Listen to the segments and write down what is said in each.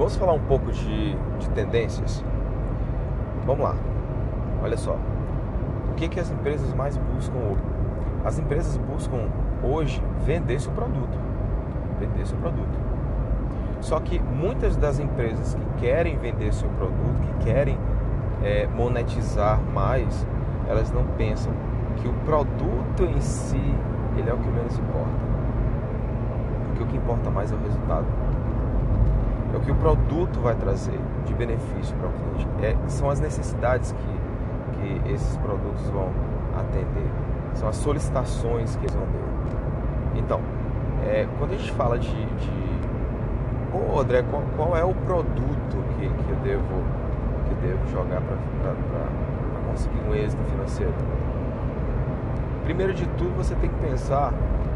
Vamos falar um pouco de tendências? Vamos lá. Olha só. O que as empresas mais buscam hoje? As empresas buscam hoje vender seu produto. Vender seu produto. Só que muitas das empresas que querem vender seu produto, que querem monetizar mais, elas não pensam que o produto em si, ele é o que menos importa. Porque o que importa mais é o resultado. É o que o produto vai trazer de benefício para o cliente. São as necessidades que esses produtos vão atender. São as solicitações que eles vão ter. Então, quando a gente fala André, qual é o produto que eu devo jogar para conseguir um êxito financeiro? Primeiro de tudo, você tem que pensar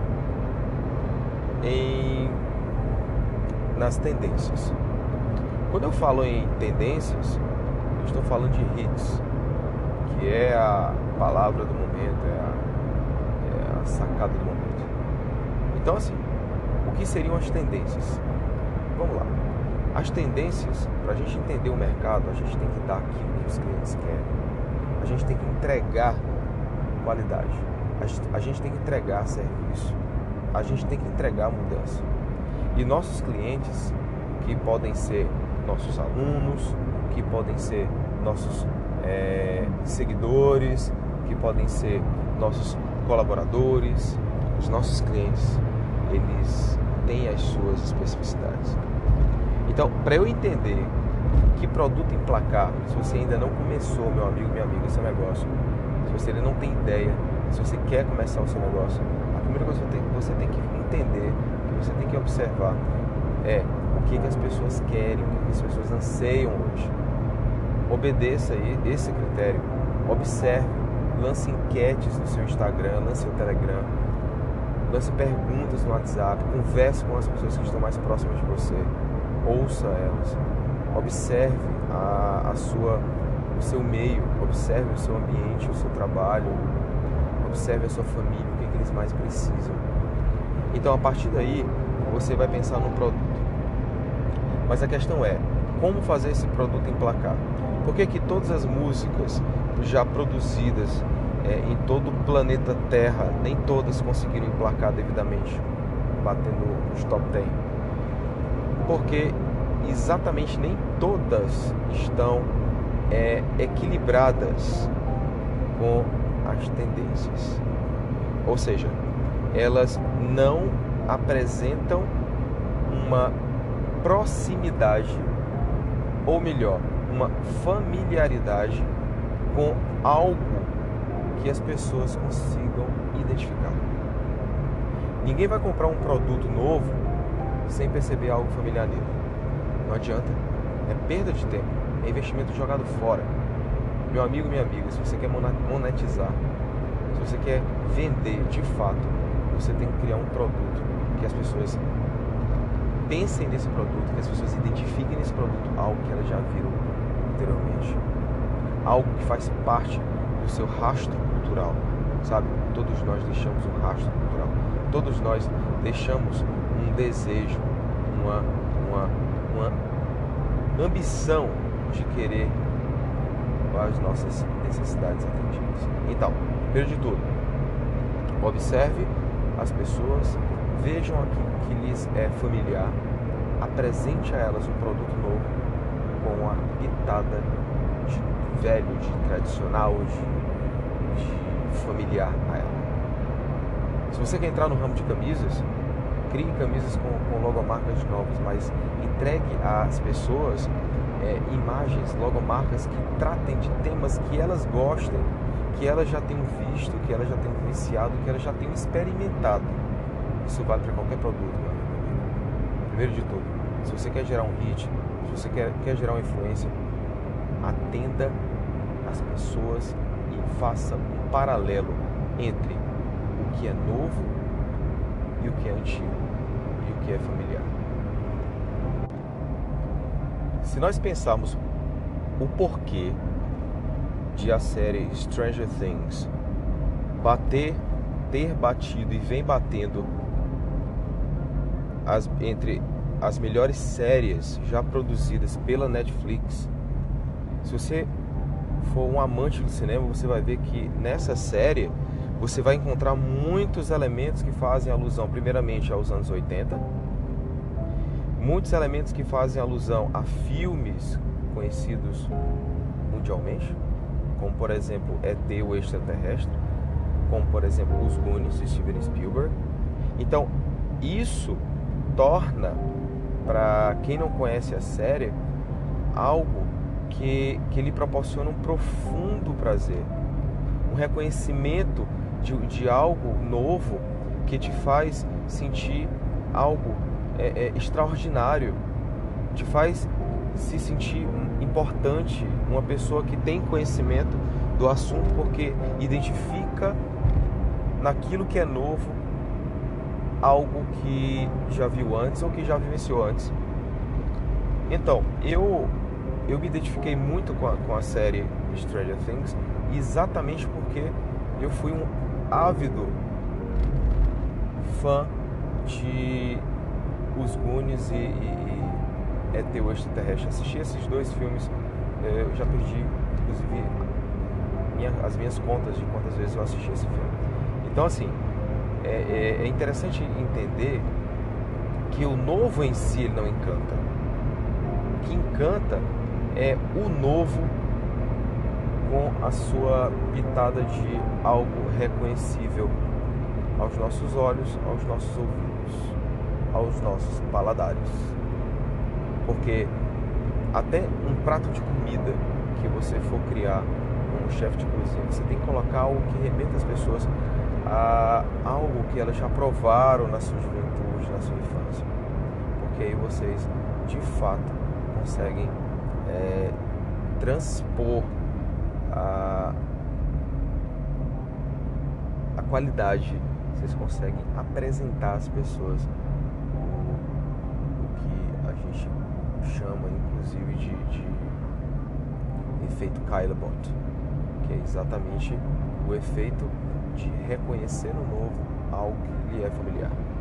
nas tendências. Quando eu falo em tendências, eu estou falando de hits, que é a palavra do momento, é a sacada do momento. Então, assim, o que seriam as tendências? Vamos lá. As tendências, para a gente entender o mercado, a gente tem que dar aquilo que os clientes querem. A gente tem que entregar qualidade. A gente tem que entregar serviço. A gente tem que entregar mudança. E nossos clientes, que podem ser nossos alunos, que podem ser nossos seguidores, que podem ser nossos colaboradores, os nossos clientes, eles têm as suas especificidades. Então, para eu entender que produto emplacar, se você ainda não começou, meu amigo, minha amiga, seu negócio, se você ainda não tem ideia, se você quer começar o seu negócio, a primeira coisa que você tem que entender, que você tem que observar, o que as pessoas querem, o que as pessoas anseiam hoje. Obedeça aí esse critério, observe, lance enquetes no seu Instagram, lance o Telegram, lance perguntas no WhatsApp, converse com as pessoas que estão mais próximas de você, ouça elas, observe o seu meio, observe o seu ambiente, o seu trabalho, observe a sua família, o que eles mais precisam. Então, a partir daí, você vai pensar no produto. Mas a questão é, como fazer esse produto emplacar? Por que todas as músicas já produzidas em todo o planeta Terra, nem todas conseguiram emplacar devidamente, batendo os top 10? Porque exatamente nem todas estão equilibradas com as tendências. Ou seja, elas não apresentam uma proximidade, ou melhor, uma familiaridade com algo que as pessoas consigam identificar. Ninguém vai comprar um produto novo sem perceber algo familiar nele. Não adianta. É perda de tempo. É investimento jogado fora. Meu amigo, minha amiga, se você quer monetizar, se você quer vender de fato, você tem que criar um produto que as pessoas pensem nesse produto, que as pessoas identifiquem nesse produto algo que elas já viram anteriormente. Algo que faz parte do seu rastro cultural. Sabe? Todos nós deixamos um rastro cultural. Todos nós deixamos um desejo, uma ambição de querer as nossas necessidades atendidas. Então, primeiro de tudo, observe as pessoas, vejam aquilo que lhes é familiar, apresente a elas um produto novo com uma pitada de velho, de tradicional, de familiar a ela. Se você quer entrar no ramo de camisas, crie camisas com logomarcas novas, mas entregue às pessoas imagens, logomarcas que tratem de temas que elas gostem, que elas já tenham visto, que elas já tenham vivenciado, que elas já tenham experimentado. Isso vale para qualquer produto, meu amigo. Primeiro de tudo, se você quer gerar um hit, se você quer gerar uma influência, atenda as pessoas e faça um paralelo entre o que é novo e o que é antigo, e o que é familiar. Se nós pensarmos o porquê de a série Stranger Things ter batido e vem batendo entre as melhores séries já produzidas pela Netflix, se você for um amante do cinema, você vai ver que nessa série você vai encontrar muitos elementos que fazem alusão primeiramente aos anos 80, muitos elementos que fazem alusão a filmes conhecidos mundialmente, como por exemplo ET, o Extraterrestre, como por exemplo Os Goonies, de Steven Spielberg. Então isso torna, para quem não conhece a série, algo que lhe proporciona um profundo prazer, um reconhecimento de algo novo que te faz sentir algo extraordinário, te faz se sentir importante, uma pessoa que tem conhecimento do assunto, porque identifica naquilo que é novo algo que já viu antes ou que já vivenciou antes. Então, eu me identifiquei muito com a série Stranger Things, exatamente porque eu fui um ávido fã de Os Goonies e ET, o Extraterrestre. Assisti esses dois filmes, eu já perdi, inclusive, as minhas contas de quantas vezes eu assisti esse filme. Então, assim, é interessante entender que o novo em si ele não encanta. O que encanta é o novo com a sua pitada de algo reconhecível aos nossos olhos, aos nossos ouvidos, aos nossos paladares. Porque até um prato de comida que você for criar como chefe de cozinha, você tem que colocar algo que remeta as pessoas a algo que elas já provaram na sua juventude, na sua infância. Porque aí vocês, de fato, conseguem transpor a qualidade, vocês conseguem apresentar às pessoas o que a gente chama, inclusive, de efeito Kyle-Bott, que é exatamente o efeito de reconhecer no novo algo que lhe é familiar.